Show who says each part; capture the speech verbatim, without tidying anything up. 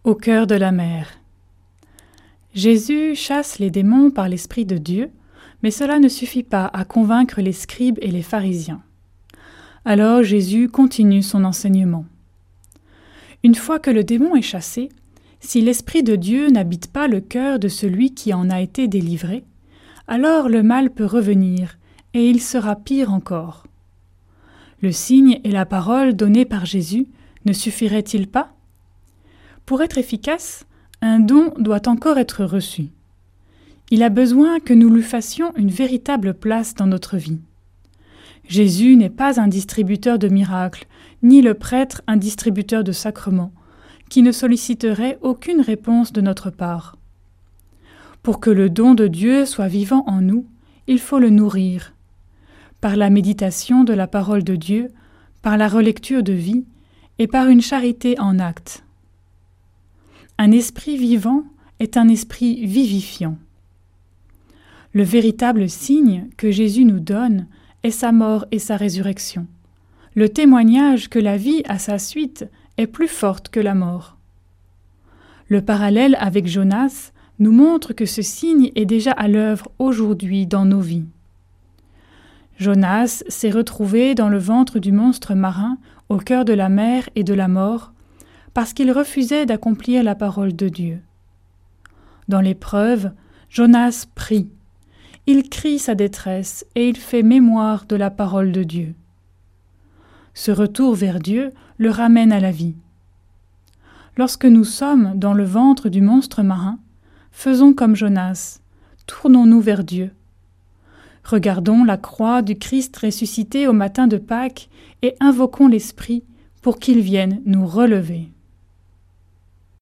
Speaker 1: Au cœur de la mer. Jésus chasse les démons par l'Esprit de Dieu, mais cela ne suffit pas à convaincre les scribes et les pharisiens. Alors Jésus continue son enseignement. Une fois que le démon est chassé, si l'Esprit de Dieu n'habite pas le cœur de celui qui en a été délivré, alors le mal peut revenir, et il sera pire encore. Le signe et la parole donnés par Jésus ne suffiraient-ils pas ? Pour être efficace, un don doit encore être reçu. Il a besoin que nous lui fassions une véritable place dans notre vie. Jésus n'est pas un distributeur de miracles, ni le prêtre un distributeur de sacrements, qui ne solliciterait aucune réponse de notre part. Pour que le don de Dieu soit vivant en nous, il faut le nourrir. Par la méditation de la parole de Dieu, par la relecture de vie et par une charité en actes. Un esprit vivant est un esprit vivifiant. Le véritable signe que Jésus nous donne est sa mort et sa résurrection. Le témoignage que la vie à sa suite est plus forte que la mort. Le parallèle avec Jonas nous montre que ce signe est déjà à l'œuvre aujourd'hui dans nos vies. Jonas s'est retrouvé dans le ventre du monstre marin, au cœur de la mer et de la mort, parce qu'il refusait d'accomplir la parole de Dieu. Dans l'épreuve, Jonas prie. Il crie sa détresse et il fait mémoire de la parole de Dieu. Ce retour vers Dieu le ramène à la vie. Lorsque nous sommes dans le ventre du monstre marin, faisons comme Jonas, tournons-nous vers Dieu. Regardons la croix du Christ ressuscité au matin de Pâques et invoquons l'Esprit pour qu'il vienne nous relever.